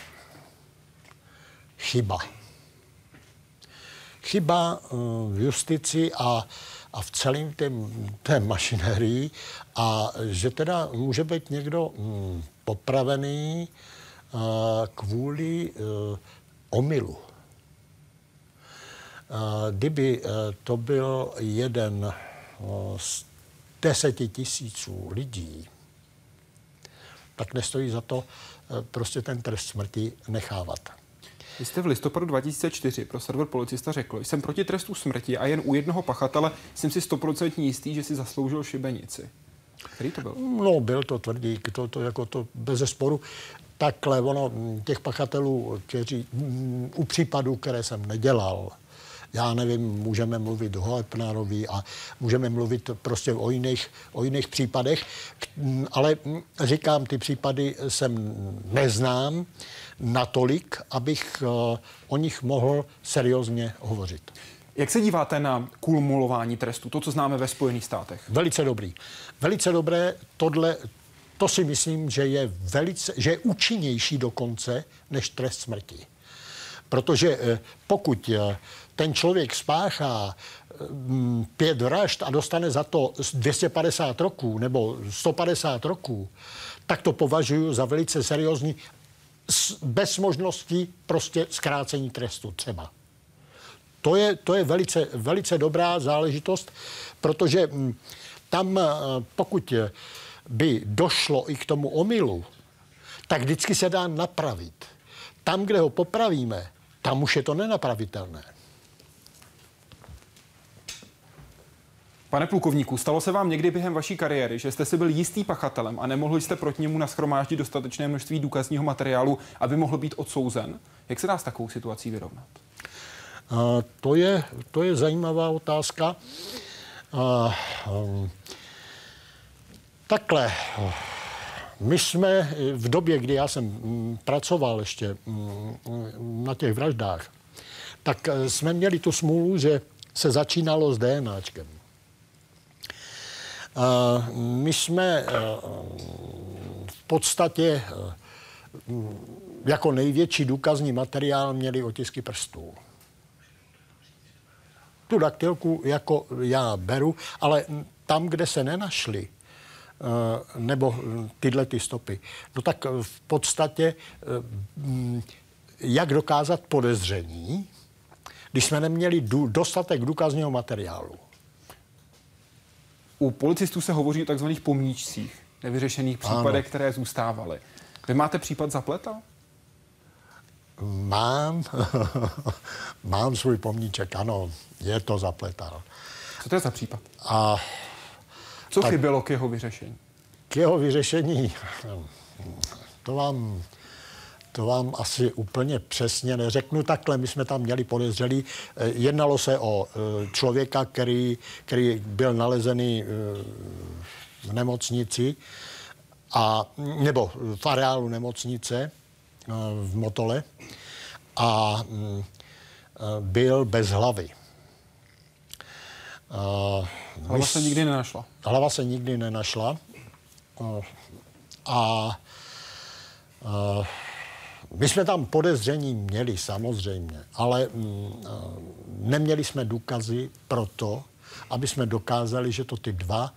Speaker 8: chyba v justici a v celém té mašinérii a že teda může být někdo popravený kvůli omylu. Kdyby to byl jeden z 10 000 lidí, tak nestojí za to prostě ten trest smrti nechávat.
Speaker 1: Vy jste v listopadu 2004 pro server Policista řekl, jsem proti trestu smrti a jen u jednoho pachatele jsem si 100% jistý, že si zasloužil šibenici. Který to byl?
Speaker 8: No, byl to tvrdý, to bezesporu. Takhle, těch pachatelů, kteří u případů, které jsem nedělal, já nevím, můžeme mluvit o Hoepnárovi a můžeme mluvit prostě o jiných případech, ale říkám, ty případy jsem neznám natolik, abych o nich mohl seriózně hovořit.
Speaker 1: Jak se díváte na kumulování trestu, to, co známe ve Spojených státech?
Speaker 8: Velice dobrý. Velice dobré, to si myslím, že je účinnější dokonce než trest smrti. Protože pokud ten člověk spáchá 5 vražd a dostane za to 250 roků nebo 150 roků, tak to považuji za velice seriózní, bez možnosti prostě zkrácení trestu třeba. To je velice, velice dobrá záležitost, protože tam, pokud by došlo i k tomu omylu, tak vždycky se dá napravit. Tam, kde ho popravíme, tam už je to nenapravitelné.
Speaker 1: Pane plukovníku, stalo se vám někdy během vaší kariéry, že jste si byl jistý pachatelem a nemohli jste proti němu nashromáždit dostatečné množství důkazního materiálu, aby mohl být odsouzen? Jak se dá s takovou situací vyrovnat?
Speaker 8: To je zajímavá otázka. Takhle, my jsme v době, kdy já jsem pracoval ještě na těch vraždách, tak jsme měli tu smůlu, že se začínalo s DNAčkem. My jsme v podstatě jako největší důkazní materiál měli otisky prstů. Tu daktilku jako já beru, ale tam, kde se nenašly, nebo tyhle ty stopy, no tak v podstatě jak dokázat podezření, když jsme neměli dostatek důkazního materiálu.
Speaker 1: U policistů se hovoří o takzvaných pomníčcích, nevyřešených případech, které zůstávaly. Vy máte případ Zapleta?
Speaker 8: Mám svůj pomníček, ano, je to Zapletal.
Speaker 1: Co to je za případ? Co chybělo k jeho vyřešení?
Speaker 8: K jeho vyřešení, to vám asi úplně přesně neřeknu. Takhle, my jsme tam měli podezřelý. Jednalo se o člověka, který byl nalezený v nemocnici, nebo v areálu nemocnice v Motole a byl bez hlavy.
Speaker 1: Hlava se nikdy nenašla.
Speaker 8: Hlava se nikdy nenašla. My jsme tam podezření měli samozřejmě, ale neměli jsme důkazy pro to, aby jsme dokázali, že to ty dva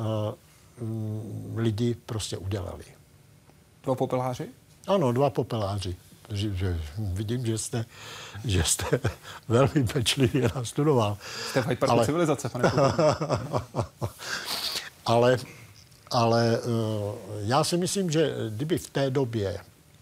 Speaker 8: lidi prostě udělali.
Speaker 1: 2 popeláři?
Speaker 8: Ano, 2 popeláři. Vidím, že jste velmi pečlivě nastudoval.
Speaker 1: Jste v Hyde Parku civilizace, pane
Speaker 8: Ale já si myslím, že kdyby v té době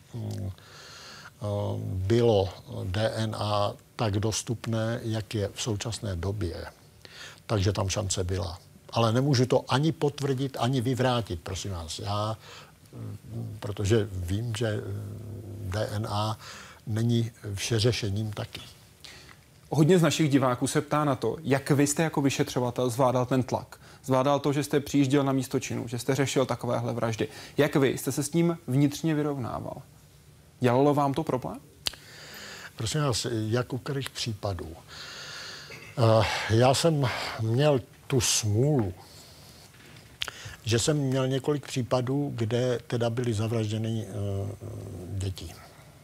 Speaker 8: bylo DNA tak dostupné, jak je v současné době, takže tam šance byla. Ale nemůžu to ani potvrdit, ani vyvrátit, prosím vás. Já protože vím, že DNA není všeřešením taky.
Speaker 1: Hodně z našich diváků se ptá na to, jak vy jste jako vyšetřovatel zvládal ten tlak. Zvládal to, že jste přijížděl na místo činu, že jste řešil takovéhle vraždy. Jak vy jste se s tím vnitřně vyrovnával? Dělalo vám to problém?
Speaker 8: Prosím vás, jak u kterých případů? Já jsem měl tu smůlu, že jsem měl několik případů, kde teda byly zavražděny děti.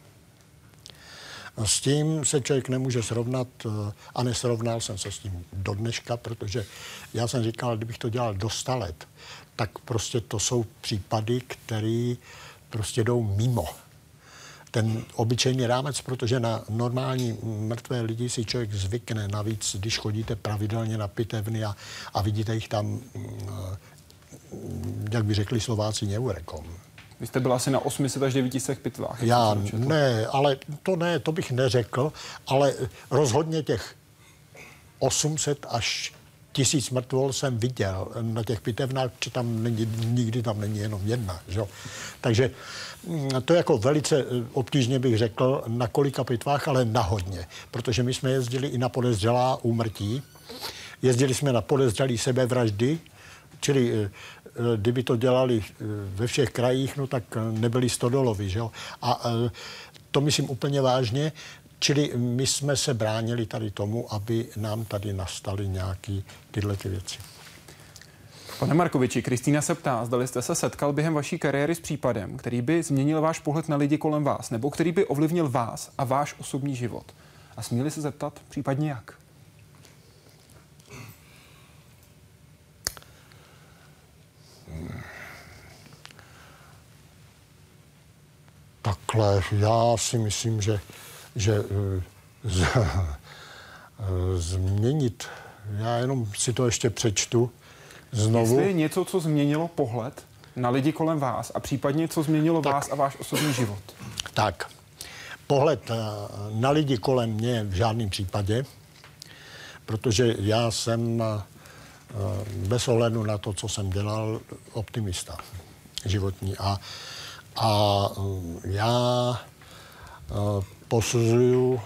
Speaker 8: S tím se člověk nemůže srovnat a nesrovnal jsem se s tím do dneška, protože já jsem říkal, kdybych to dělal do 100 let, tak prostě to jsou případy, které prostě jdou mimo ten obyčejný rámec, protože na normální mrtvé lidi si člověk zvykne. Navíc, když chodíte pravidelně na pitevny a vidíte jich tam, jak by řekli Slováci, neurekom.
Speaker 1: Vy jste byl asi na 800 až 900 pitvách.
Speaker 8: Já ne, ale to bych neřekl, ale rozhodně těch 800 až 1000 mrtvol jsem viděl na těch pitevnách, protože tam nikdy tam není jenom jedna. Že? Takže to jako velice obtížně bych řekl, na kolika pitvách, ale na hodně. Protože my jsme jezdili i na podezřelá úmrtí, jezdili jsme na podezřelý sebevraždy, čili kdyby to dělali ve všech krajích, no tak nebyli Stodolovi, že jo. A to myslím úplně vážně, čili my jsme se bránili tady tomu, aby nám tady nastaly nějaké tyhle ty věci.
Speaker 1: Pane Markoviči, Kristýna se ptá, zdali jste se setkal během vaší kariéry s případem, který by změnil váš pohled na lidi kolem vás, nebo který by ovlivnil vás a váš osobní život. A směli se zeptat případně jak?
Speaker 8: Takhle, já si myslím, že změnit, já jenom si to ještě přečtu znovu.
Speaker 1: Jestli je něco, co změnilo pohled na lidi kolem vás a případně co změnilo vás a váš osobní život?
Speaker 8: Tak, pohled na lidi kolem mě v žádném případě, protože já jsem bez ohledu na to, co jsem dělal, optimista životní. A já posuzuju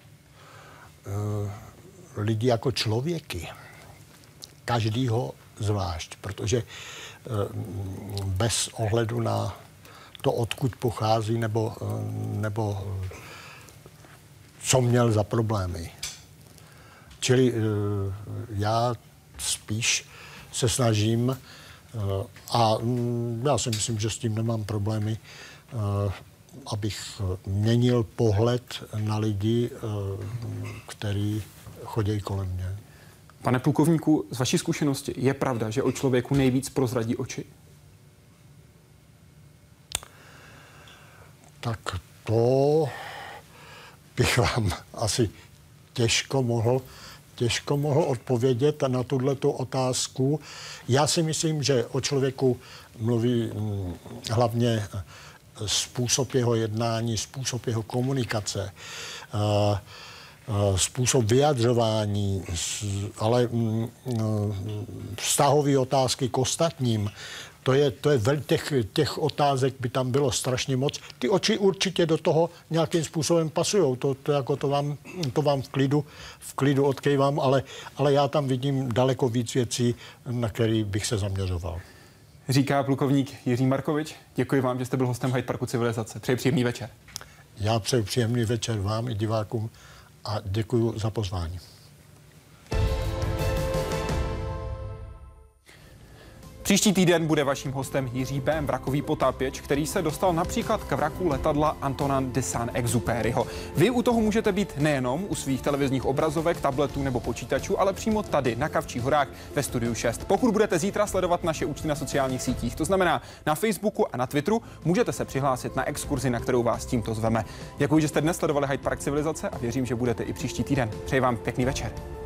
Speaker 8: lidi jako člověky. Každýho zvlášť, protože bez ohledu na to, odkud pochází, nebo co měl za problémy. Čili já spíš se snažím, a já si myslím, že s tím nemám problémy, abych měnil pohled na lidi, který chodí kolem mě.
Speaker 1: Pane plukovníku, z vaší zkušenosti je pravda, že o člověku nejvíc prozradí oči?
Speaker 8: Tak to bych vám asi těžko mohl odpovědět na tuhletu otázku. Já si myslím, že o člověku mluví hlavně způsob jeho jednání, způsob jeho komunikace, způsob vyjadřování, ale vztahové otázky k ostatním. Těch otázek by tam bylo strašně moc. Ty oči určitě do toho nějakým způsobem pasujou. To vám v klidu odkejvám, ale já tam vidím daleko víc věcí, na které bych se zaměřoval.
Speaker 1: Říká plukovník Jiří Markovič. Děkuji vám, že jste byl hostem Hyde Parku Civilizace. Přeji příjemný večer.
Speaker 8: Já přeji příjemný večer vám i divákům a děkuji za pozvání.
Speaker 1: Příští týden bude vaším hostem Jiří B. vrakový potápěč, který se dostal například k vraku letadla Antona de Saint-Exupéryho. Vy u toho můžete být nejenom u svých televizních obrazovek, tabletů nebo počítačů, ale přímo tady na Kavčích horách ve Studiu 6. Pokud budete zítra sledovat naše účty na sociálních sítích, to znamená na Facebooku a na Twitteru, můžete se přihlásit na exkurzi, na kterou vás tímto zveme. Děkuji, že jste dnes sledovali Hyde Park Civilizace a věřím, že budete i příští týden. Přeji vám pěkný večer.